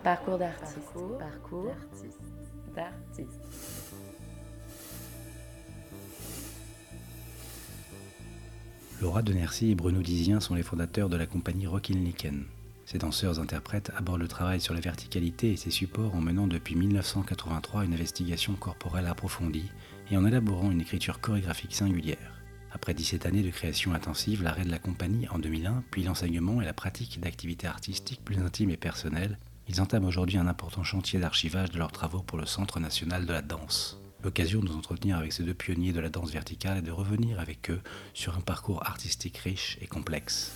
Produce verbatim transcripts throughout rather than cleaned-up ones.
Parcours d'artiste. Parcours, Parcours d'artiste. d'artiste. Laura de Nercy et Bruno Dizien sont les fondateurs de la compagnie Rockilniken. Ces danseurs-interprètes abordent le travail sur la verticalité et ses supports en menant depuis mille neuf cent quatre-vingt-trois une investigation corporelle approfondie et en élaborant une écriture chorégraphique singulière. Après dix-sept années de création intensive, l'arrêt de la compagnie en deux mille un, puis l'enseignement et la pratique d'activités artistiques plus intimes et personnelles, ils entament aujourd'hui un important chantier d'archivage de leurs travaux pour le Centre national de la danse. L'occasion de nous entretenir avec ces deux pionniers de la danse verticale et de revenir avec eux sur un parcours artistique riche et complexe.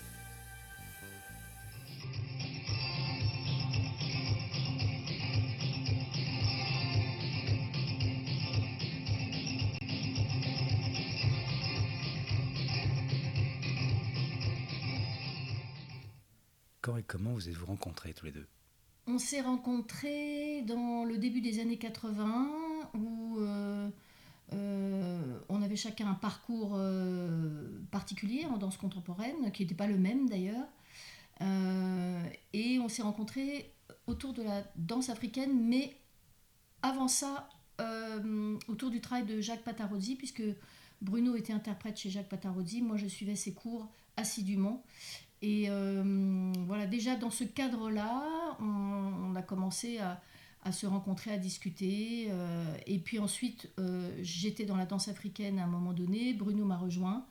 Quand et comment vous êtes-vous rencontrés tous les deux ? On s'est rencontrés dans le début des années quatre-vingts où euh, euh, on avait chacun un parcours euh, particulier en danse contemporaine, qui n'était pas le même d'ailleurs. Euh, et on s'est rencontrés autour de la danse africaine, mais avant ça, euh, autour du travail de Jacques Patarozzi, puisque Bruno était interprète chez Jacques Patarozzi, moi je suivais ses cours assidûment. Et euh, voilà, déjà dans ce cadre-là, on, on a commencé à, à se rencontrer, à discuter. Euh, et puis ensuite, euh, j'étais dans la danse africaine à un moment donné, Bruno m'a rejoint.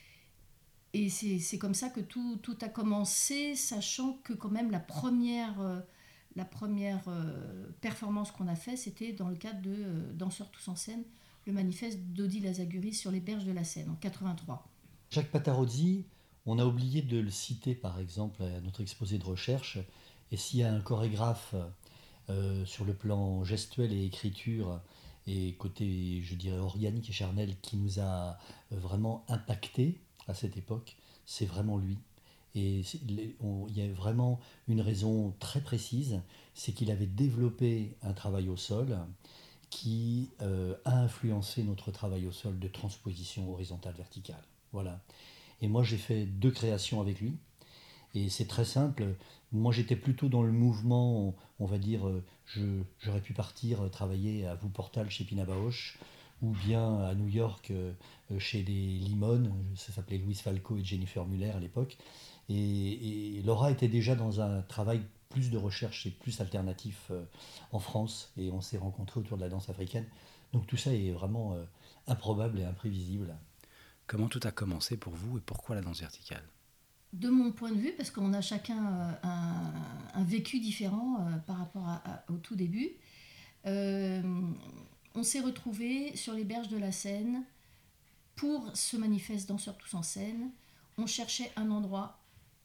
Et c'est, c'est comme ça que tout, tout a commencé, sachant que quand même la première, euh, la première euh, performance qu'on a faite, c'était dans le cadre de euh, Danseurs tous en scène, le manifeste d'Odi Lazaguri sur les berges de la Seine, en quatre-vingt-trois. Jacques Patarozzi, on a oublié de le citer par exemple à notre exposé de recherche, et s'il y a un chorégraphe euh, sur le plan gestuel et écriture, et côté, je dirais, organique et charnel, qui nous a vraiment impacté à cette époque, c'est vraiment lui. Et il y a vraiment une raison très précise, c'est qu'il avait développé un travail au sol qui euh, a influencé notre travail au sol de transposition horizontale verticale. Voilà. Et moi, j'ai fait deux créations avec lui. Et c'est très simple. Moi, j'étais plutôt dans le mouvement, on va dire, je, j'aurais pu partir travailler à Wuppertal chez Pina Bausch, ou bien à New York chez les Limon, ça s'appelait Louis Falco et Jennifer Muller à l'époque. Et, et Laura était déjà dans un travail plus de recherche et plus alternatif en France. Et on s'est rencontrés autour de la danse africaine. Donc tout ça est vraiment improbable et imprévisible. Comment tout a commencé pour vous et pourquoi la danse verticale ? De mon point de vue, parce qu'on a chacun euh, un, un vécu différent euh, par rapport à, à, au tout début, euh, on s'est retrouvés sur les berges de la Seine pour ce manifeste Danseurs tous en scène. On cherchait un endroit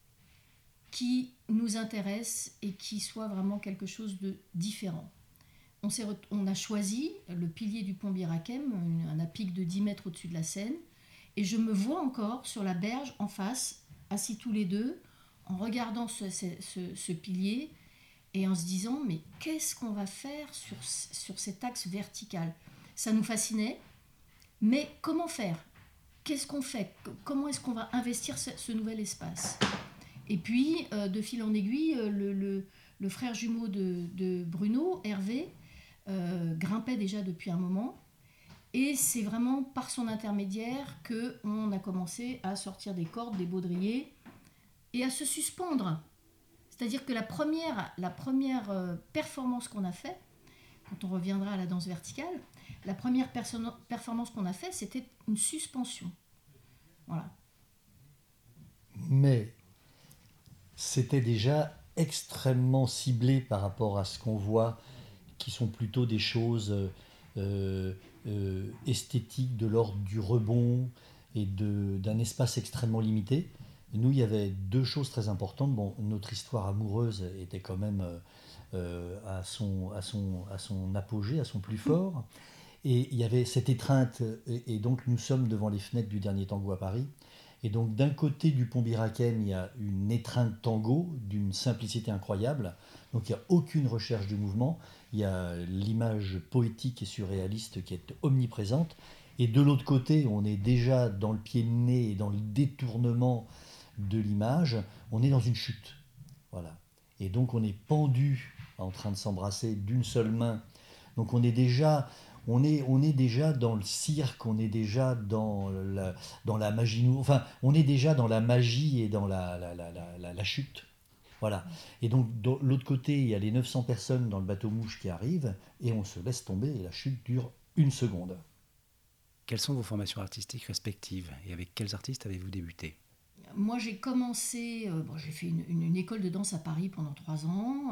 qui nous intéresse et qui soit vraiment quelque chose de différent. On, s'est, on a choisi le pilier du pont Birakem, un pic de dix mètres au-dessus de la Seine, et je me vois encore sur la berge en face, assis tous les deux, en regardant ce, ce, ce, ce pilier et en se disant mais qu'est-ce qu'on va faire sur, sur cet axe vertical ? Ça nous fascinait, mais comment faire ? Qu'est-ce qu'on fait ? Comment est-ce qu'on va investir ce, ce nouvel espace ? Et puis, euh, de fil en aiguille, le, le, le frère jumeau de, de Bruno, Hervé, euh, grimpait déjà depuis un moment. Et c'est vraiment par son intermédiaire qu'on a commencé à sortir des cordes, des baudriers, et à se suspendre. C'est-à-dire que la première, la première euh, performance qu'on a faite, quand on reviendra à la danse verticale, la première perso- performance qu'on a faite, c'était une suspension. Voilà. Mais c'était déjà extrêmement ciblé par rapport à ce qu'on voit, qui sont plutôt des choses euh, euh, esthétiques de l'ordre du rebond et de, d'un espace extrêmement limité. Nous, il y avait deux choses très importantes. Bon, notre histoire amoureuse était quand même euh, à, son, à, son, à son apogée, à son plus fort. Et il y avait cette étreinte, et, et donc nous sommes devant les fenêtres du Dernier Tango à Paris. Et donc d'un côté du pont Birakem, il y a une étreinte tango d'une simplicité incroyable. Donc il n'y a aucune recherche du mouvement. Il y a l'image poétique et surréaliste qui est omniprésente. Et de l'autre côté, on est déjà dans le pied de nez et dans le détournement de l'image. On est dans une chute. Voilà. Et donc on est pendu en train de s'embrasser d'une seule main. Donc on est déjà, on est, on est déjà dans le cirque, on est déjà dans la, dans la magie, enfin on est déjà dans la magie et dans la, la, la, la, la, la chute. Voilà. Et donc de l'autre côté, il y a les neuf cents personnes dans le bateau mouche qui arrivent et on se laisse tomber et la chute dure une seconde. Quelles sont vos formations artistiques respectives et avec quels artistes avez-vous débuté ? Moi, j'ai commencé, euh, bon, j'ai fait une, une, une école de danse à Paris pendant trois ans.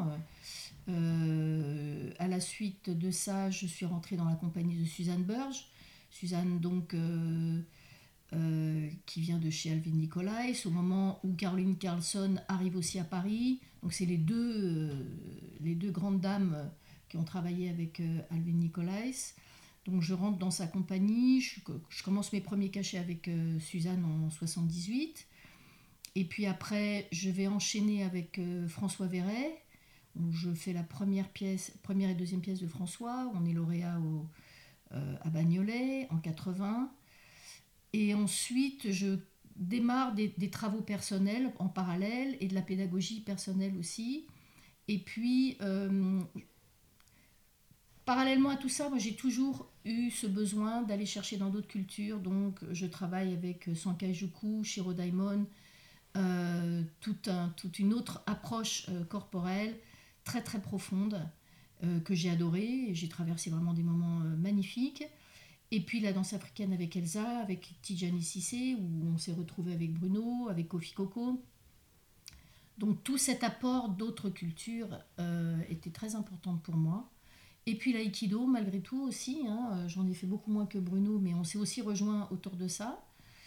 Euh, à la suite de ça, je suis rentrée dans la compagnie de Suzanne Burge. Suzanne, donc, euh, euh, qui vient de chez Alvin Nicolais, au moment où Caroline Carlson arrive aussi à Paris. Donc, c'est les deux, euh, les deux grandes dames qui ont travaillé avec euh, Alvin Nicolais. Donc, je rentre dans sa compagnie. Je, je commence mes premiers cachets avec euh, Suzanne en soixante-dix-huit. Et puis après, je vais enchaîner avec euh, François Verret, où je fais la première, pièce, première et deuxième pièce de François. On est lauréat au, euh, à Bagnolet en quatre-vingts. Et ensuite, je démarre des, des travaux personnels en parallèle et de la pédagogie personnelle aussi. Et puis, euh, parallèlement à tout ça, moi, j'ai toujours eu ce besoin d'aller chercher dans d'autres cultures. Donc, je travaille avec Sankei Juku, Shiro Daimon, Euh, tout un, toute une autre approche euh, corporelle très très profonde euh, que j'ai adorée et j'ai traversé vraiment des moments euh, magnifiques. Et puis la danse africaine avec Elsa, avec Tidjani Cissé, où on s'est retrouvé avec Bruno, avec Kofi Coco. Donc tout cet apport d'autres cultures euh, était très important pour moi. Et puis l'aïkido malgré tout aussi, hein, j'en ai fait beaucoup moins que Bruno, mais on s'est aussi rejoint autour de ça.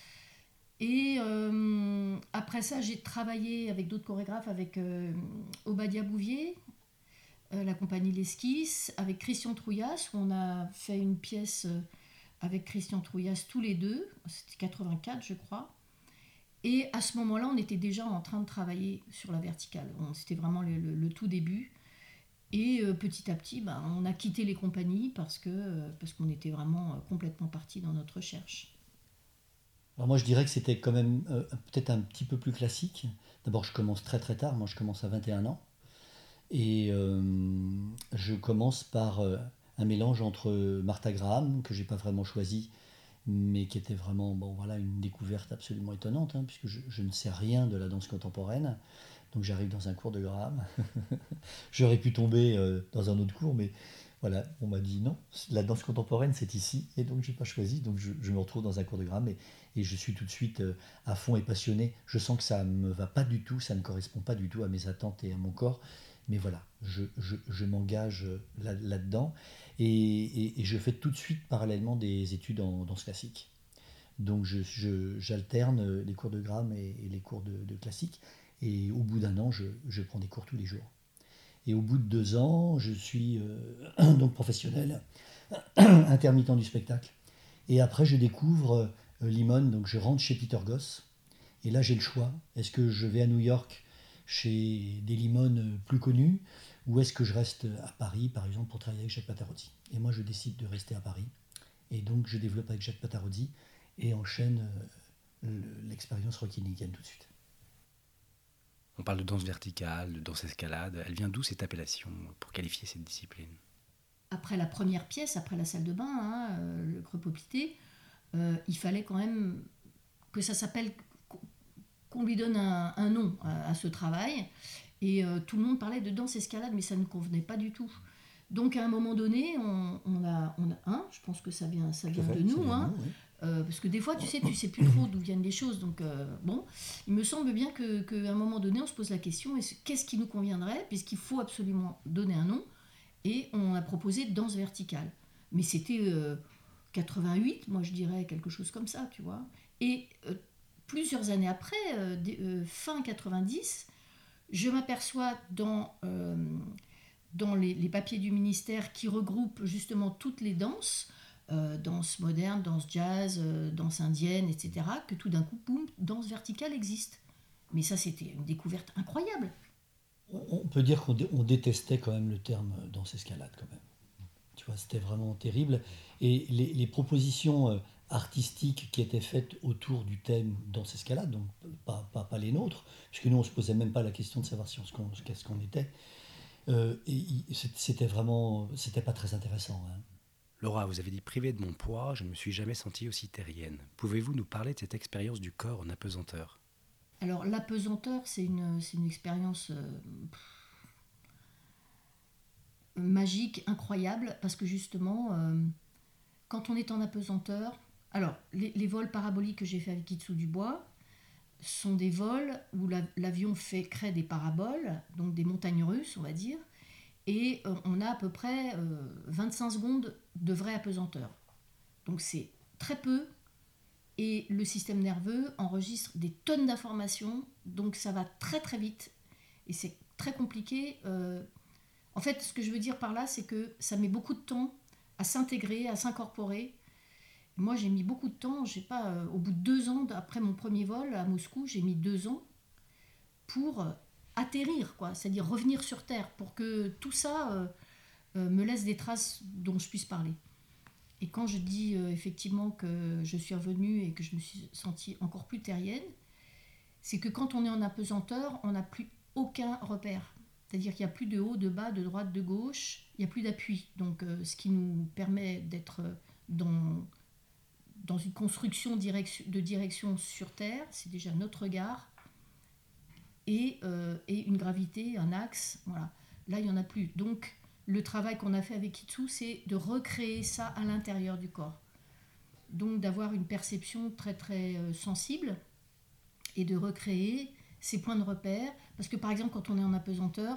Et euh, après ça, j'ai travaillé avec d'autres chorégraphes, avec euh, Obadia Bouvier, euh, la compagnie L'Esquisse, avec Christian Trouillas, où on a fait une pièce avec Christian Trouillas tous les deux, c'était quatre-vingt-quatre je crois. Et à ce moment-là, on était déjà en train de travailler sur la verticale. On, c'était vraiment le, le, le tout début. Et euh, petit à petit, ben, on a quitté les compagnies parce, que, euh, parce qu'on était vraiment euh, complètement partis dans notre recherche. Alors moi je dirais que c'était quand même euh, peut-être un petit peu plus classique. D'abord je commence très très tard, moi je commence à vingt et un ans. Et euh, je commence par euh, un mélange entre Martha Graham, que j'ai pas vraiment choisi, mais qui était vraiment bon, voilà, une découverte absolument étonnante, hein, puisque je, je ne sais rien de la danse contemporaine. Donc j'arrive dans un cours de Graham. J'aurais pu tomber euh, dans un autre cours, mais voilà, on m'a dit non, la danse contemporaine c'est ici, et donc j'ai pas choisi, donc je, je me retrouve dans un cours de Graham et, et je suis tout de suite euh, à fond et passionné. Je sens que ça me va pas du tout, ça ne correspond pas du tout à mes attentes et à mon corps, mais voilà, je, je, je m'engage là, là-dedans et, et, et je fais tout de suite parallèlement des études en danse classique. Donc je, je, j'alterne les cours de Graham et, et les cours de, de classique, et au bout d'un an, je, je prends des cours tous les jours. Et au bout de deux ans, je suis euh, donc professionnel, intermittent du spectacle. Et après, je découvre euh, Limon, donc je rentre chez Peter Goss. Et là, j'ai le choix. Est-ce que je vais à New York chez des Limon plus connus, ou est-ce que je reste à Paris, par exemple, pour travailler avec Jacques Patarozzi ? Et moi, je décide de rester à Paris. Et donc, je développe avec Jacques Patarozzi et enchaîne euh, l'expérience Rocky Niken tout de suite. On parle de danse verticale, de danse escalade. Elle vient d'où cette appellation pour qualifier cette discipline ? Après la première pièce, après la salle de bain, hein, euh, le Creux Popité, euh, il fallait quand même que ça s'appelle, qu'on lui donne un, un nom à, à ce travail. Et euh, tout le monde parlait de danse escalade, mais ça ne convenait pas du tout. Donc à un moment donné, on, on a, on a hein, je pense que ça vient, ça vient fait, de nous, vient hein, de nous oui. euh, parce que des fois, tu sais, tu sais plus trop d'où viennent les choses. Donc euh, bon, il me semble bien que, qu'à un moment donné, on se pose la question, qu'est-ce qui nous conviendrait, puisqu'il faut absolument donner un nom. Et on a proposé danse verticale. Mais c'était euh, quatre-vingt-huit, moi je dirais, quelque chose comme ça, tu vois. Et euh, plusieurs années après, euh, des, euh, fin quatre-vingt-dix, je m'aperçois dans, euh, dans les, les papiers du ministère qui regroupent justement toutes les danses, euh, danse moderne, danse jazz, euh, danse indienne, et cetera, que tout d'un coup, boum, danse verticale existe. Mais ça, c'était une découverte incroyable. On peut dire qu'on dé- on détestait quand même le terme danse escalade quand même. Tu vois, c'était vraiment terrible. Et les, les propositions euh, artistiques qui étaient faites autour du thème danse escalade, donc pas, pas, pas les nôtres, puisque nous on se posait même pas la question de savoir si on, qu'est-ce qu'on était, Euh, et, et c'était vraiment, c'était pas très intéressant. Hein. Laura, vous avez dit privé de mon poids, je ne me suis jamais sentie aussi terrienne. Pouvez-vous nous parler de cette expérience du corps en apesanteur ? Alors l'apesanteur, c'est une, c'est une expérience euh, magique, incroyable, parce que justement, euh, quand on est en apesanteur, alors les, les vols paraboliques que j'ai fait avec Itsou Dubois sont des vols où la, l'avion fait, crée des paraboles, donc des montagnes russes, on va dire, et euh, on a à peu près euh, vingt-cinq secondes de vraie apesanteur. Donc c'est très peu, et le système nerveux enregistre des tonnes d'informations, donc ça va très très vite, et c'est très compliqué. Euh, en fait, ce que je veux dire par là, c'est que ça met beaucoup de temps à s'intégrer, à s'incorporer. Moi, j'ai mis beaucoup de temps, j'ai pas, euh, au bout de deux ans, après mon premier vol à Moscou, j'ai mis deux ans pour euh, atterrir, quoi, c'est-à-dire revenir sur Terre, pour que tout ça euh, euh, me laisse des traces dont je puisse parler. Et quand je dis euh, effectivement que je suis revenue et que je me suis sentie encore plus terrienne, c'est que quand on est en apesanteur, on n'a plus aucun repère. C'est-à-dire qu'il n'y a plus de haut, de bas, de droite, de gauche, il n'y a plus d'appui. Donc euh, ce qui nous permet d'être dans, dans une construction direction, de direction sur Terre, c'est déjà notre regard et, euh, et une gravité, un axe. Voilà. Là, il n'y en a plus. Donc le travail qu'on a fait avec Itsou, c'est de recréer ça à l'intérieur du corps. Donc d'avoir une perception très très euh, sensible et de recréer ces points de repère. Parce que par exemple, quand on est en apesanteur,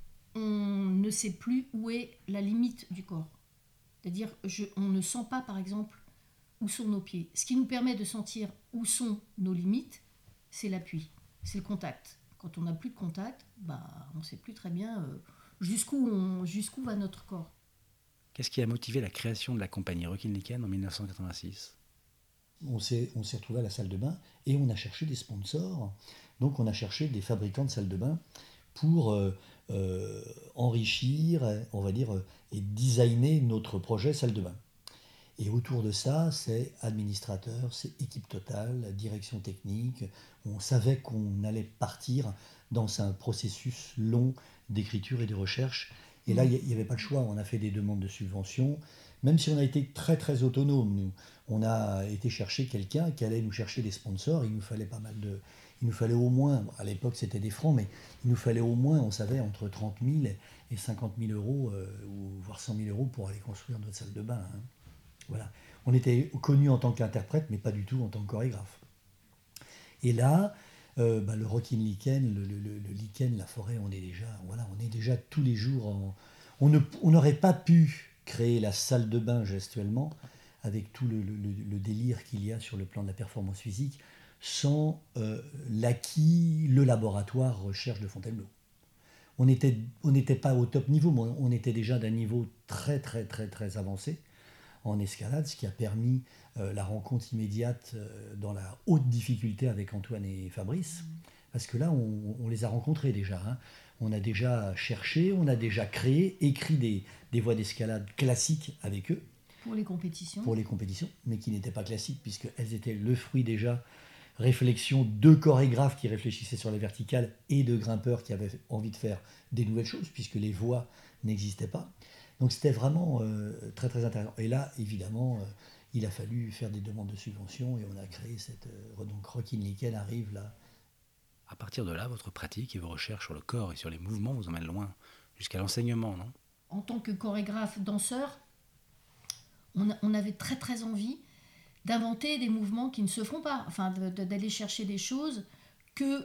on ne sait plus où est la limite du corps. C'est-à-dire, je, on ne sent pas par exemple où sont nos pieds. Ce qui nous permet de sentir où sont nos limites, c'est l'appui, c'est le contact. Quand on n'a plus de contact, bah, on ne sait plus très bien... Euh, Jusqu'où, on, jusqu'où va notre corps. Qu'est-ce qui a motivé la création de la compagnie Rockin-Liken en dix-neuf cent quatre-vingt-six ? On s'est, on s'est retrouvé à la salle de bain et on a cherché des sponsors. Donc on a cherché des fabricants de salles de bain pour euh, euh, enrichir, on va dire, et designer notre projet salle de bain. Et autour de ça, c'est administrateur, c'est équipe totale, direction technique. On savait qu'on allait partir dans un processus long d'écriture et de recherche. Et là, il n'y avait pas le choix. On a fait des demandes de subventions. Même si on a été très, très autonome, nous, on a été chercher quelqu'un qui allait nous chercher des sponsors. Il nous fallait pas mal de... Il nous fallait au moins, à l'époque c'était des francs, mais il nous fallait au moins, on savait, entre trente mille et cinquante mille euros, euh, ou voire cent mille euros pour aller construire notre salle de bain. Hein. Voilà. On était connus en tant qu'interprète, mais pas du tout en tant que chorégraphe. Et là, euh, bah, le Rockin-Liken, le, le, le, le Liken, la forêt, on est déjà, voilà, on est déjà tous les jours en... On ne, on n'aurait pas pu créer la salle de bain gestuellement, avec tout le, le, le délire qu'il y a sur le plan de la performance physique, sans euh, l'acquis, le laboratoire recherche de Fontainebleau. On n'était on n'était pas au top niveau, mais on était déjà d'un niveau très très très très avancé en escalade, ce qui a permis euh, la rencontre immédiate euh, dans la haute difficulté avec Antoine et Fabrice, parce que là, on, on les a rencontrés déjà. Hein. On a déjà cherché, on a déjà créé, écrit des, des voies d'escalade classiques avec eux. Pour les compétitions. Pour les compétitions, mais qui n'étaient pas classiques, puisqu'elles étaient le fruit déjà réflexion de chorégraphes qui réfléchissaient sur les verticales et de grimpeurs qui avaient envie de faire des nouvelles choses, puisque les voies n'existaient pas. Donc c'était vraiment euh, très très intéressant. Et là, évidemment, euh, il a fallu faire des demandes de subventions et on a créé cette... Euh, donc Rockin-Liken arrive là. À partir de là, votre pratique et vos recherches sur le corps et sur les mouvements vous emmènent loin, jusqu'à l'enseignement, non ? En tant que chorégraphe, danseur, on, a, on avait très très envie d'inventer des mouvements qui ne se font pas, enfin de, de, d'aller chercher des choses que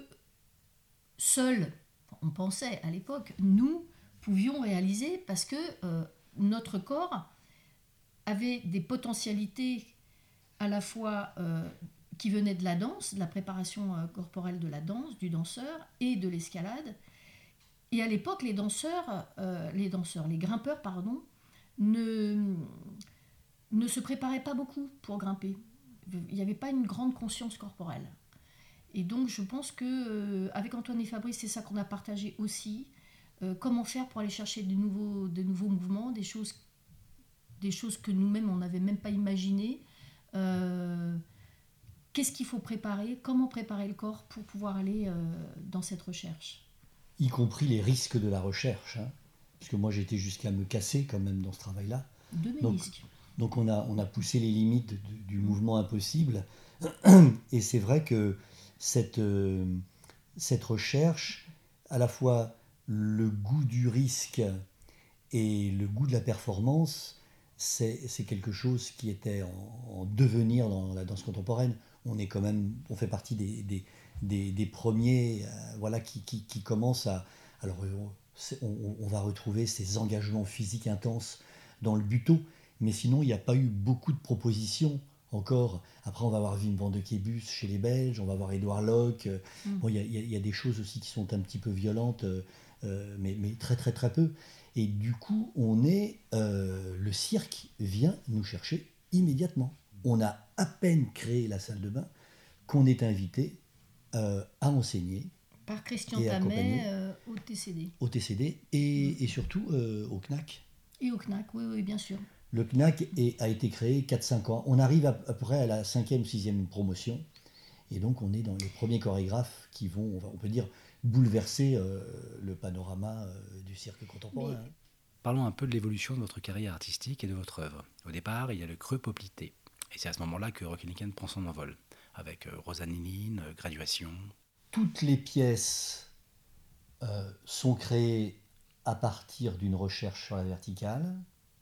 seuls, on pensait à l'époque, nous pouvions réaliser parce que euh, notre corps avait des potentialités à la fois euh, qui venaient de la danse, de la préparation euh, corporelle de la danse, du danseur et de l'escalade. Et à l'époque, les danseurs, euh, les danseurs, les grimpeurs, pardon, ne, ne se préparaient pas beaucoup pour grimper. Il n'y avait pas une grande conscience corporelle. Et donc, je pense que euh, avec Antoine et Fabrice, c'est ça qu'on a partagé aussi. Euh, comment faire pour aller chercher de nouveaux, de nouveaux mouvements, des choses, des choses que nous-mêmes, on n'avait même pas imaginées. Euh, qu'est-ce qu'il faut préparer ? Comment préparer le corps pour pouvoir aller euh, dans cette recherche ? Y compris les risques de la recherche. Hein. parce que moi j'ai été jusqu'à me casser quand même dans ce travail-là. Deux Donc, ménisques. donc on, a, on a poussé les limites du, du mouvement impossible. Et c'est vrai que cette, euh, cette recherche, à la fois le goût du risque et le goût de la performance, c'est, c'est quelque chose qui était en, en devenir dans la danse contemporaine. On est quand même, on fait partie des, des, des, des premiers, euh, voilà, qui, qui, qui commencent à. Alors, on, on, on va retrouver ces engagements physiques intenses dans le buto, mais sinon, il n'y a pas eu beaucoup de propositions encore. Après, on va voir Wim van de Québus chez les Belges, on va voir Édouard Locke. Mm. Bon, il y, a, il y a des choses aussi qui sont un petit peu violentes, euh, mais, mais très, très, très peu. Et du coup, on est, euh, le cirque vient nous chercher immédiatement. On a à peine créé la salle de bain qu'on est invité euh, à enseigner. Par Christian Et accompagné. Tamet euh, au T C D. Au T C D et, et surtout euh, au C N A C. Et au C N A C, oui, oui, bien sûr. Le C N A C est, a été créé quatre cinq ans. On arrive à, à peu près à la cinquième ou sixième promotion. Et donc, on est dans les premiers chorégraphes qui vont, on peut dire, bouleverser euh, le panorama euh, du cirque contemporain. Mais... Parlons un peu de l'évolution de votre carrière artistique et de votre œuvre. Au départ, il y a le creux poplité. Et c'est à ce moment-là que Rock in Lycan prend son envol, avec euh, Rosanne Liline, euh, Graduation. Toutes les pièces euh, sont créées à partir d'une recherche sur la verticale,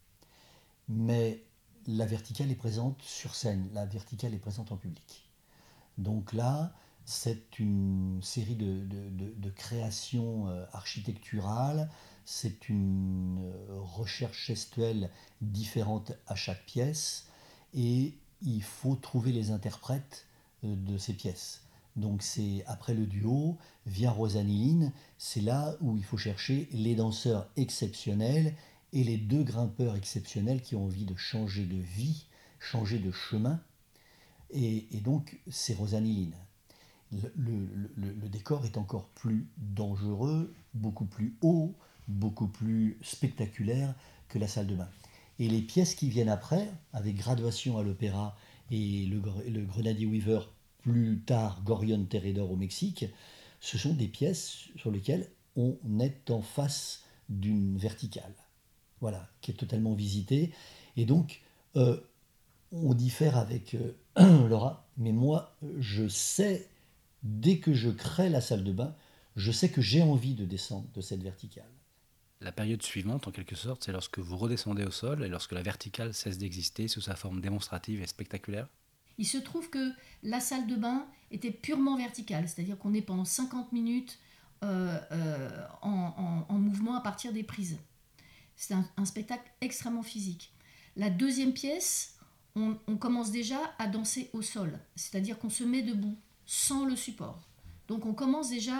mais la verticale est présente sur scène, la verticale est présente en public. Donc là, c'est une série de, de, de, de créations euh, architecturales, c'est une euh, recherche gestuelle différente à chaque pièce, et il faut trouver les interprètes euh, de ces pièces. Donc c'est après le duo, via Rosanne Liline, c'est là où il faut chercher les danseurs exceptionnels et les deux grimpeurs exceptionnels qui ont envie de changer de vie, changer de chemin. Et, et donc, c'est Rosanne Liline. Le, le, le, le décor est encore plus dangereux, beaucoup plus haut, beaucoup plus spectaculaire que la salle de bain. Et les pièces qui viennent après, avec Graduation à l'Opéra et le, le Grenadier Weaver, plus tard Gorion Teredor au Mexique, ce sont des pièces sur lesquelles on est en face d'une verticale, voilà, qui est totalement visitée. Et donc, euh, on diffère avec euh, Laura, mais moi, je sais, dès que je crée la salle de bain, je sais que j'ai envie de descendre de cette verticale. La période suivante, en quelque sorte, c'est lorsque vous redescendez au sol et lorsque la verticale cesse d'exister sous sa forme démonstrative et spectaculaire. Il se trouve que la salle de bain était purement verticale, c'est-à-dire qu'on est pendant cinquante minutes euh, euh, en, en, en mouvement à partir des prises. C'est un, un spectacle extrêmement physique. La deuxième pièce, on, on commence déjà à danser au sol, c'est-à-dire qu'on se met debout, sans le support. Donc on commence déjà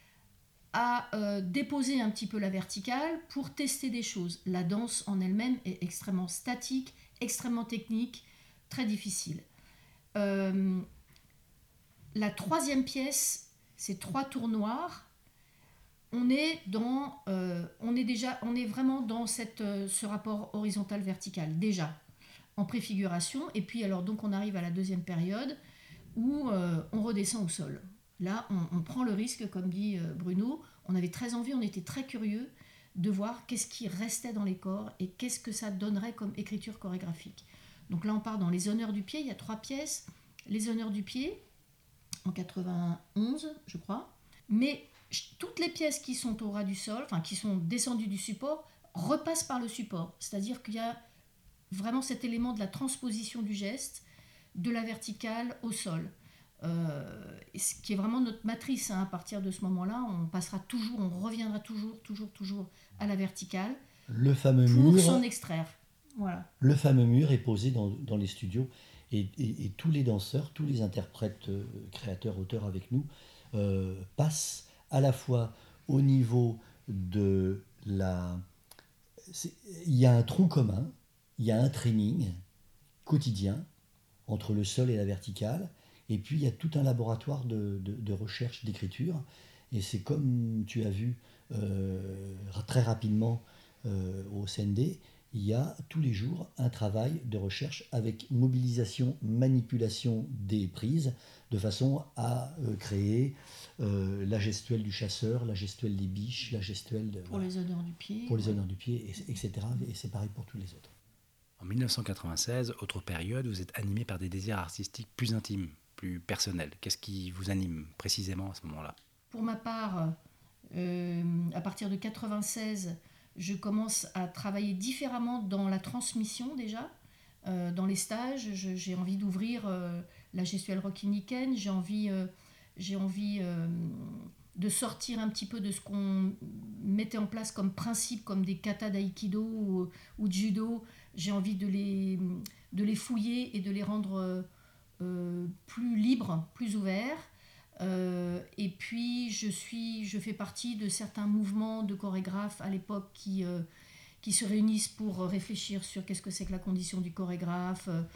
à euh, déposer un petit peu la verticale pour tester des choses. La danse en elle-même est extrêmement statique, extrêmement technique, très difficile. Euh, la troisième pièce, c'est trois tours noirs. On est dans, euh, on est déjà, on est vraiment dans cette, euh, ce rapport horizontal-vertical déjà en préfiguration. Et puis alors donc on arrive à la deuxième période où euh, on redescend au sol. Là, on, on prend le risque, comme dit euh, Bruno. On avait très envie, on était très curieux de voir qu'est-ce qui restait dans les corps et qu'est-ce que ça donnerait comme écriture chorégraphique. Donc là, on part dans les honneurs du pied. Il y a trois pièces. Les honneurs du pied, en quatre-vingt-onze, je crois. Mais toutes les pièces qui sont au ras du sol, enfin qui sont descendues du support, repassent par le support. C'est-à-dire qu'il y a vraiment cet élément de la transposition du geste, de la verticale au sol. Euh, ce qui est vraiment notre matrice. Hein. À partir de ce moment-là, on passera toujours, on reviendra toujours, toujours, toujours à la verticale. Le fameux pour mur. s'en extraire. Voilà. Le fameux mur est posé dans, dans les studios et, et, et tous les danseurs, tous les interprètes, euh, créateurs, auteurs avec nous euh, passent à la fois au niveau de la... Il y a un tronc commun, il y a un training quotidien entre le sol et la verticale, et puis il y a tout un laboratoire de, de, de recherche, d'écriture, et c'est comme tu as vu euh, très rapidement euh, au C N D, il y a tous les jours un travail de recherche avec mobilisation, manipulation des prises, de façon à euh, créer euh, la gestuelle du chasseur, la gestuelle des biches, la gestuelle de, Pour voilà, les honneurs du pied. pour les honneurs du pied, et, et cetera. Et c'est pareil pour tous les autres. En mille neuf cent quatre-vingt-seize, autre période, vous êtes animé par des désirs artistiques plus intimes, plus personnels. Qu'est-ce qui vous anime précisément à ce moment-là ? Pour ma part, euh, à partir de quatre-vingt-seize, je commence à travailler différemment dans la transmission déjà. Euh, dans les stages, je, j'ai envie d'ouvrir euh, la gestuelle Rokiniken, j'ai envie, euh, j'ai envie euh, de sortir un petit peu de ce qu'on mettait en place comme principe, comme des katas d'aïkido ou, ou de judo. J'ai envie de les, de les fouiller et de les rendre euh, plus libres, plus ouverts. Euh, et puis je, suis, je fais partie de certains mouvements de chorégraphes à l'époque qui, euh, qui se réunissent pour réfléchir sur qu'est-ce que c'est que la condition du chorégraphe, euh,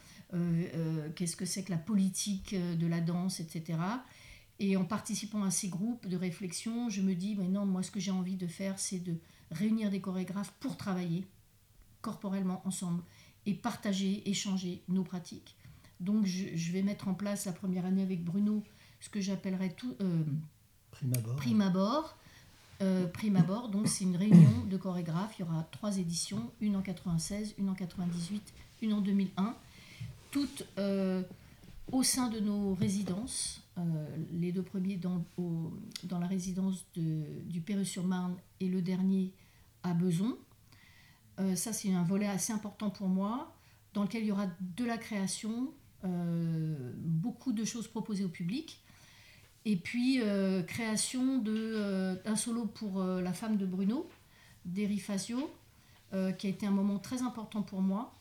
euh, qu'est-ce que c'est que la politique de la danse, et cetera. Et en participant à ces groupes de réflexion, je me dis, mais non, moi ce que j'ai envie de faire, c'est de réunir des chorégraphes pour travailler corporellement ensemble et partager, échanger nos pratiques. Donc je, je vais mettre en place la première année avec Bruno ce que j'appellerais tout euh, Prime abord. Prime abord. Euh, Prime abord, donc c'est une réunion de chorégraphes. Il y aura trois éditions, une en quatre-vingt-seize, une en quatre-vingt-dix-huit, une en deux mille un, toutes euh, au sein de nos résidences. Euh, les deux premiers dans, au, dans la résidence de, du Perreux-sur-Marne et le dernier à Beson. Euh, ça, c'est un volet assez important pour moi, dans lequel il y aura de la création, euh, beaucoup de choses proposées au public. Et puis, euh, création d'un euh, solo pour euh, la femme de Bruno, d'Eri Fasio, euh, qui a été un moment très important pour moi.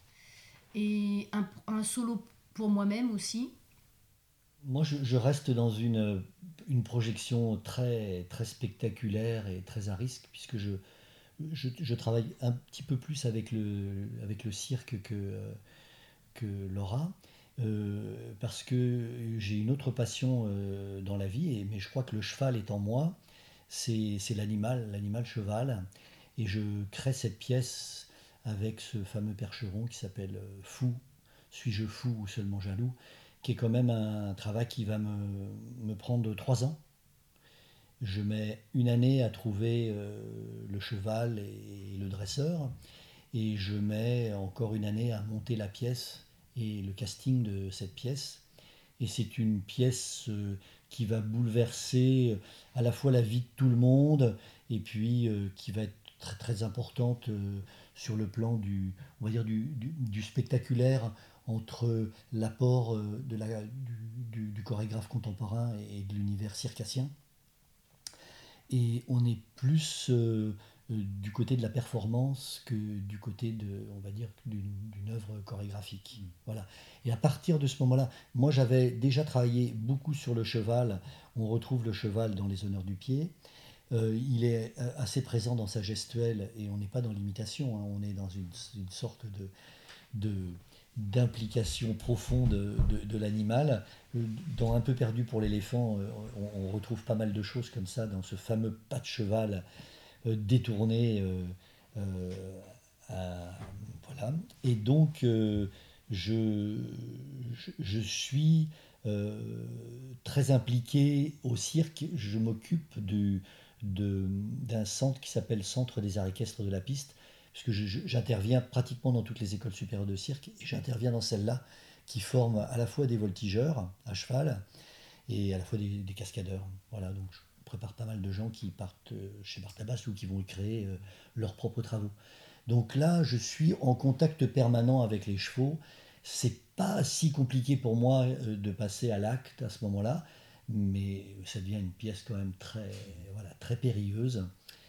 Et un, un solo pour moi-même aussi. Moi, je, je reste dans une, une projection très, très spectaculaire et très à risque, puisque je, je, je travaille un petit peu plus avec le, avec le cirque que, que Laura. Euh, parce que j'ai une autre passion euh, dans la vie, et, mais je crois que le cheval est en moi, c'est, c'est l'animal, l'animal cheval, et je crée cette pièce avec ce fameux percheron qui s'appelle euh, Fou, suis-je fou ou seulement jaloux, qui est quand même un travail qui va me, me prendre trois ans. Je mets une année à trouver euh, le cheval et, et le dresseur, et je mets encore une année à monter la pièce et le casting de cette pièce. Et c'est une pièce euh, qui va bouleverser euh, à la fois la vie de tout le monde, et puis euh, qui va être très, très importante euh, sur le plan du, on va dire du, du, du spectaculaire, entre l'apport euh, de la, du, du, du chorégraphe contemporain et de l'univers circassien. Et on est plus euh, du côté de la performance que du côté de, on va dire, d'une, d'une œuvre chorégraphique. Voilà. Et à partir de ce moment-là, moi j'avais déjà travaillé beaucoup sur le cheval. On retrouve le cheval dans les honneurs du pied. Euh, il est assez présent dans sa gestuelle, et on n'est pas dans l'imitation, hein, on est dans une, une sorte de, de, d'implication profonde de, de, de l'animal. Dans Un peu perdu pour l'éléphant, on, on retrouve pas mal de choses comme ça dans ce fameux pas de cheval euh, détourné. Euh, euh, à, voilà. Et donc, euh, je, je, je suis euh, très impliqué au cirque. Je m'occupe du, de, d'un centre qui s'appelle Centre des arts équestres de la piste, puisque je, je, j'interviens pratiquement dans toutes les écoles supérieures de cirque, et j'interviens dans celle-là qui forme à la fois des voltigeurs à cheval et à la fois des, des cascadeurs. Voilà, donc je prépare pas mal de gens qui partent chez Bartabas ou qui vont créer euh, leurs propres travaux. Donc là, je suis en contact permanent avec les chevaux. C'est pas si compliqué pour moi euh, de passer à l'acte à ce moment-là, mais ça devient une pièce quand même très, voilà, très périlleuse.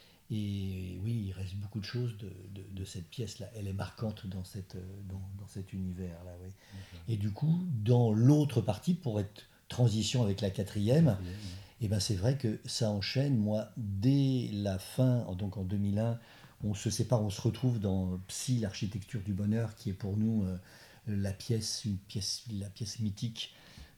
Et oui, il reste beaucoup de choses de, de, de cette pièce-là. Elle est marquante dans, cette, dans, dans cet univers-là. Oui. Okay. Et du coup, dans l'autre partie, pour être transition avec la quatrième, mmh. et ben c'est vrai que ça enchaîne. Moi, dès la fin, donc en deux mille un, on se sépare, on se retrouve dans Psy, l'architecture du bonheur, qui est pour nous euh, la pièce, une pièce, la pièce mythique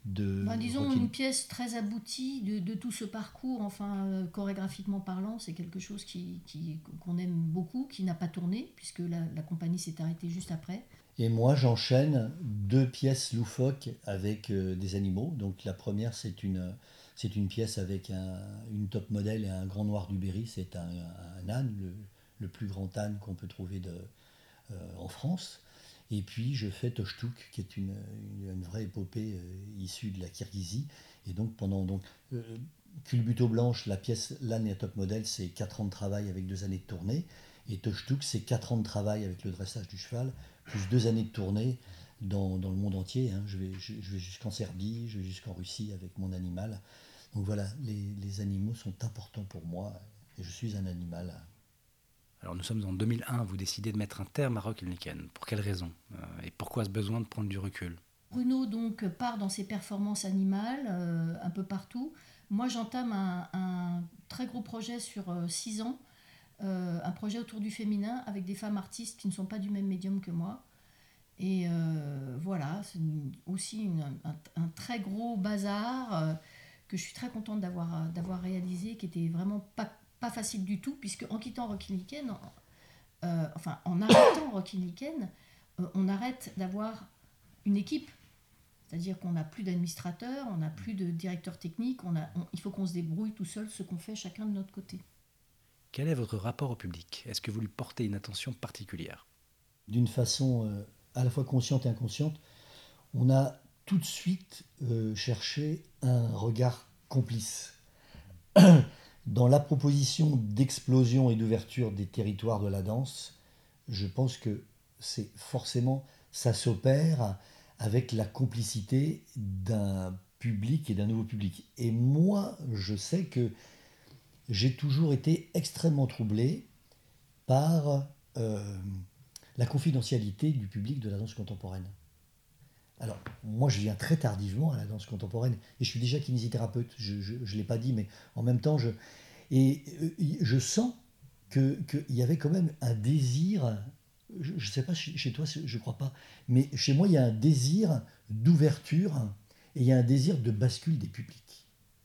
de Ben, disons Rocky- une pièce très aboutie de, de tout ce parcours, enfin euh, chorégraphiquement parlant, c'est quelque chose qui, qui- qu'on aime beaucoup, qui n'a pas tourné, puisque la, la compagnie s'est arrêtée juste après. Et moi, j'enchaîne deux pièces loufoques avec euh, des animaux. Donc la première, c'est une, c'est une pièce avec un- une top modèle et un grand noir du Berry. C'est un, un âne, le, le plus grand âne qu'on peut trouver de, euh, en France. Et puis je fais Toshtuk, qui est une, une, une vraie épopée euh, issue de la Kirghizie. Et donc pendant donc euh, Culbuto Blanche, la pièce L'âne et un top modèle, c'est quatre ans de travail avec deux années de tournée. Et Toshtuk, c'est quatre ans de travail avec le dressage du cheval, plus deux années de tournée dans, dans le monde entier. Hein. Je vais, je, je vais jusqu'en Serbie, je vais jusqu'en Russie avec mon animal. Donc voilà, les, les animaux sont importants pour moi et je suis un animal. Alors nous sommes en deux mille un, vous décidez de mettre un terme à Rock Ilniken. Pour quelles raisons euh, Et pourquoi ce besoin de prendre du recul? Bruno donc part dans ses performances animales euh, un peu partout. Moi j'entame un, un très gros projet sur euh, six ans, euh, un projet autour du féminin avec des femmes artistes qui ne sont pas du même médium que moi. Et euh, voilà, c'est une- aussi une- un, un très gros bazar euh, que je suis très contente d'avoir, d'avoir réalisé, qui était vraiment pas, pas facile du tout, puisque en quittant Rocky Liken, euh, enfin en arrêtant Rocky Liken, euh, on arrête d'avoir une équipe. C'est-à-dire qu'on n'a plus d'administrateur, on n'a plus de directeur technique, on a, on- il faut qu'on se débrouille tout seul, ce qu'on fait chacun de notre côté. Quel est votre rapport au public? Est-ce que vous lui portez une attention particulière? D'une façon euh, à la fois consciente et inconsciente, on a tout de suite euh, cherché un regard complice. Dans la proposition d'explosion et d'ouverture des territoires de la danse, je pense que c'est forcément, ça s'opère avec la complicité d'un public et d'un nouveau public. Et moi, je sais que j'ai toujours été extrêmement troublé par euh, la confidentialité du public de la danse contemporaine. Alors, moi, je viens très tardivement à la danse contemporaine et je suis déjà kinésithérapeute. Je ne l'ai pas dit, mais en même temps, je, et euh, je sens qu'il que y avait quand même un désir, je ne sais pas chez, chez toi, je ne crois pas, mais chez moi, il y a un désir d'ouverture et il y a un désir de bascule des publics.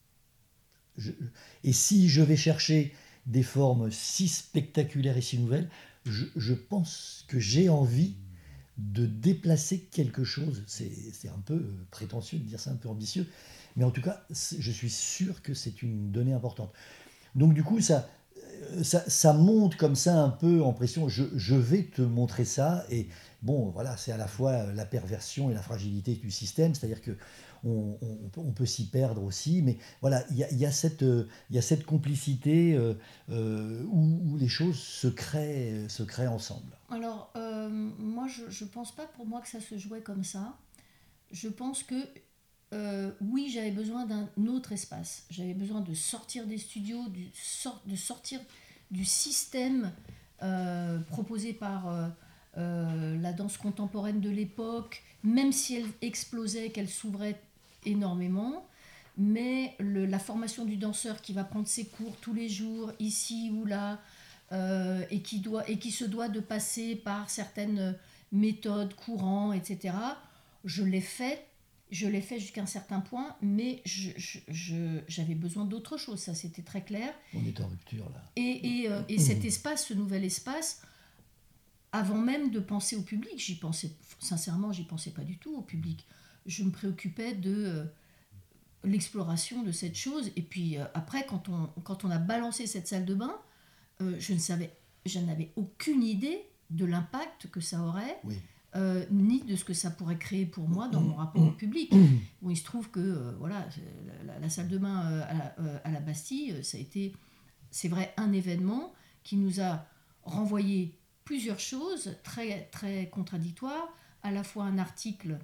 Je, et si je vais chercher des formes si spectaculaires et si nouvelles, je, je pense que j'ai envie de déplacer quelque chose. C'est, c'est un peu prétentieux de dire ça, un peu ambitieux, mais en tout cas, je suis sûr que c'est une donnée importante. Donc du coup, ça, ça, ça monte comme ça un peu en pression. Je, je vais te montrer ça. Et bon, voilà, c'est à la fois la perversion et la fragilité du système. C'est-à-dire que on, on, on peut s'y perdre aussi. Mais voilà, il y a, y a, cette, y a cette complicité euh, euh, où, où les choses se créent, se créent ensemble. Alors, euh, moi, je ne pense pas pour moi que ça se jouait comme ça. Je pense que, euh, oui, j'avais besoin d'un autre espace. J'avais besoin de sortir des studios, du, sort, de sortir du système euh, proposé par euh, euh, la danse contemporaine de l'époque, même si elle explosait, qu'elle s'ouvrait énormément. Mais le, la formation du danseur qui va prendre ses cours tous les jours, ici ou là, Euh, et, qui doit, et qui se doit de passer par certaines méthodes, courants, et cetera. Je l'ai fait, je l'ai fait jusqu'à un certain point, mais je, je, je, j'avais besoin d'autre chose, ça c'était très clair. On est en rupture là. Et, et, euh, et cet espace, ce nouvel espace, avant même de penser au public, j'y pensais, sincèrement, j'y pensais pas du tout au public. Je me préoccupais de euh, l'exploration de cette chose, et puis euh, après, quand on, quand on a balancé cette salle de bain, Euh, je ne savais, je n'avais aucune idée de l'impact que ça aurait, Oui. euh, ni de ce que ça pourrait créer pour moi dans mon rapport au public. Bon, il se trouve que euh, voilà, la, la, la salle de bain euh, à, la, euh, à la Bastille, ça a été, c'est vrai, un événement qui nous a renvoyé plusieurs choses très, très contradictoires, à la fois un article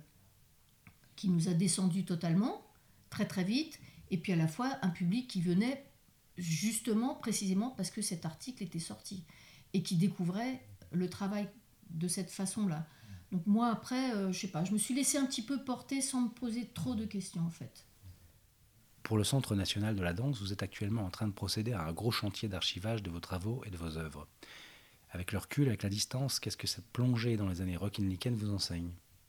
qui nous a descendu totalement, très très vite, et puis à la fois un public qui venait justement, précisément parce que cet article était sorti et qui découvrait le travail de cette façon-là. Donc moi, après, euh, je sais pas, je me suis laissée un petit peu porter sans me poser trop de questions, en fait. Pour le Centre national de la danse, vous êtes actuellement en train de procéder à un gros chantier d'archivage de vos travaux et de vos œuvres. Avec le recul, avec la distance, qu'est-ce que cette plongée dans les années Rock Ilniken vous enseigne?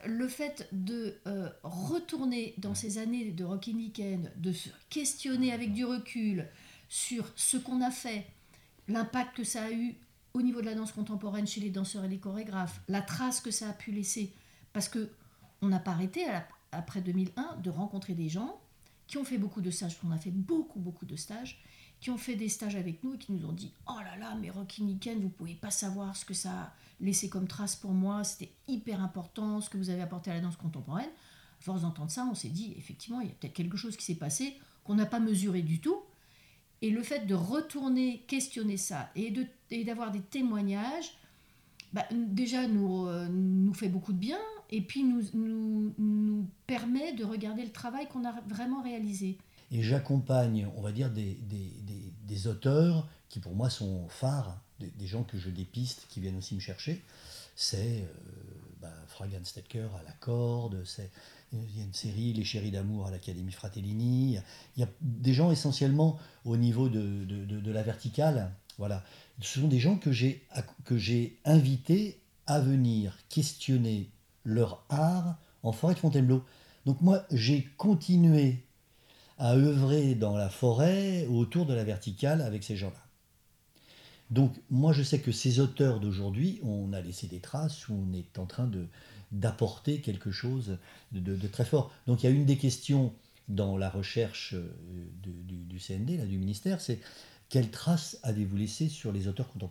le fait de euh, retourner dans ces années de Rockin' Liken, de se questionner avec du recul sur ce qu'on a fait, l'impact que ça a eu au niveau de la danse contemporaine chez les danseurs et les chorégraphes, la trace que ça a pu laisser, parce qu'on n'a pas arrêté, à la, après deux mille un, de rencontrer des gens qui ont fait beaucoup de stages, on a fait beaucoup, beaucoup de stages, qui ont fait des stages avec nous et qui nous ont dit « Oh là là, mais Rockin' Liken, vous ne pouvez pas savoir ce que ça a laissé comme trace pour moi, c'était hyper important, ce que vous avez apporté à la danse contemporaine. » À force d'entendre ça, on s'est dit « Effectivement, il y a peut-être quelque chose qui s'est passé qu'on n'a pas mesuré du tout. » Et le fait de retourner questionner ça et, de, et d'avoir des témoignages, bah, déjà nous, euh, nous fait beaucoup de bien et puis nous, nous, nous permet de regarder le travail qu'on a vraiment réalisé. Et j'accompagne, on va dire, des, des, des, des auteurs qui pour moi sont phares, des, des gens que je dépiste, qui viennent aussi me chercher. C'est euh, bah, Fragan Stetker à la corde, c'est, il y a une série, Les Chéris d'amour à l'Académie Fratellini. Il y a des gens essentiellement au niveau de, de, de, de la verticale. Voilà. Ce sont des gens que j'ai, que j'ai invités à venir questionner leur art en forêt de Fontainebleau. Donc moi, j'ai continué à œuvrer dans la forêt autour de la verticale avec ces gens-là. Donc moi je sais que ces auteurs d'aujourd'hui, on a laissé des traces, où on est en train de, d'apporter quelque chose de, de, de très fort. Donc il y a une des questions dans la recherche de, du, du C N D, là, du ministère, c'est quelles traces avez-vous laissées sur les auteurs contemporains ?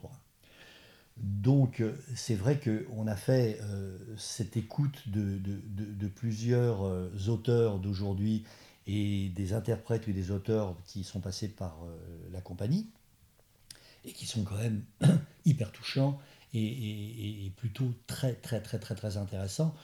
Donc c'est vrai qu'on a fait euh, cette écoute de, de, de, de plusieurs euh, auteurs d'aujourd'hui et des interprètes ou des auteurs qui sont passés par euh, la compagnie et qui sont quand même hyper touchants et, et, et plutôt très très très très très intéressants.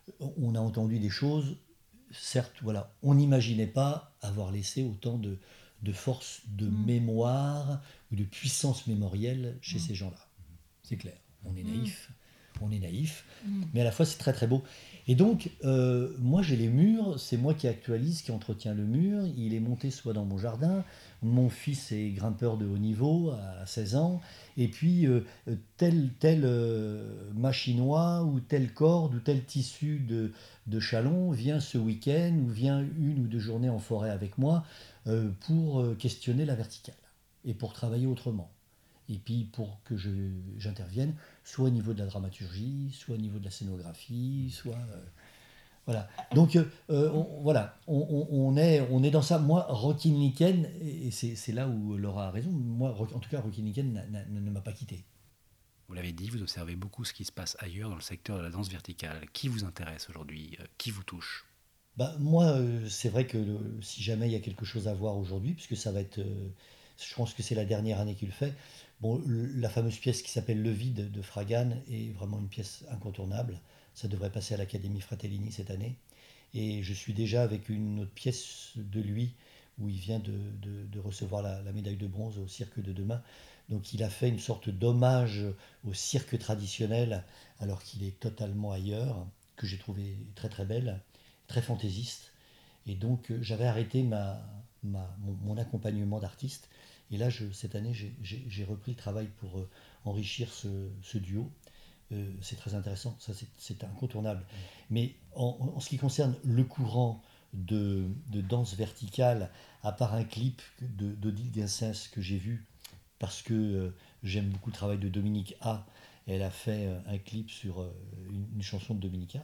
On a entendu des choses, certes, voilà, on n'imaginait pas avoir laissé autant de, de force de mmh. mémoire ou de puissance mémorielle chez mmh. ces gens-là. C'est clair, on est naïf, mmh. on est naïf, mmh. mais à la fois c'est très très beau. Et donc, euh, moi j'ai les murs, c'est moi qui actualise, qui entretient le mur, il est monté soit dans mon jardin, mon fils est grimpeur de haut niveau à seize ans, et puis euh, tel, tel euh, machinois ou telle corde ou tel tissu de, de chalon vient ce week-end ou vient une ou deux journées en forêt avec moi euh, pour questionner la verticale et pour travailler autrement. Et puis pour que je, j'intervienne, soit au niveau de la dramaturgie, soit au niveau de la scénographie, soit... Euh, voilà. Donc euh, on, voilà, on, on, est, on est dans ça. Moi, Rockin' Liken, et c'est, c'est là où Laura a raison, moi, en tout cas, Rockin' Liken n'a, n'a, ne m'a pas quitté. Vous l'avez dit, vous observez beaucoup ce qui se passe ailleurs dans le secteur de la danse verticale. Qui vous intéresse aujourd'hui ? Qui vous touche ? Bah, moi, euh, c'est vrai que le, si jamais il y a quelque chose à voir aujourd'hui, puisque ça va être... Euh, je pense que c'est la dernière année qu'il le fait. Bon, la fameuse pièce qui s'appelle Le Vide de Fragan est vraiment une pièce incontournable. Ça devrait passer à l'Académie Fratellini cette année. Et je suis déjà avec une autre pièce de lui où il vient de, de, de recevoir la, la médaille de bronze au cirque de demain. Donc il a fait une sorte d'hommage au cirque traditionnel alors qu'il est totalement ailleurs, que j'ai trouvé très très belle, très fantaisiste. Et donc j'avais arrêté ma, ma, mon, mon accompagnement d'artiste. Et là, je, cette année, j'ai, j'ai, j'ai repris le travail pour euh, enrichir ce, ce duo. Euh, c'est très intéressant, ça c'est, c'est incontournable. Mais en, en ce qui concerne le courant de, de danse verticale, à part un clip de, d'Odile Guincens que j'ai vu, parce que euh, j'aime beaucoup le travail de Dominique A. Elle a fait euh, un clip sur euh, une, une chanson de Dominica.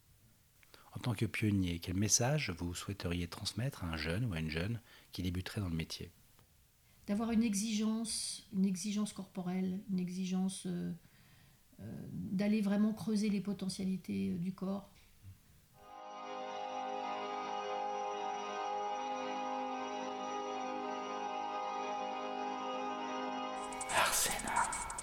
En tant que pionnier, quel message vous souhaiteriez transmettre à un jeune ou à une jeune qui débuterait dans le métier ? D'avoir une exigence, une exigence corporelle, une exigence euh, euh, d'aller vraiment creuser les potentialités euh, du corps. Arsena.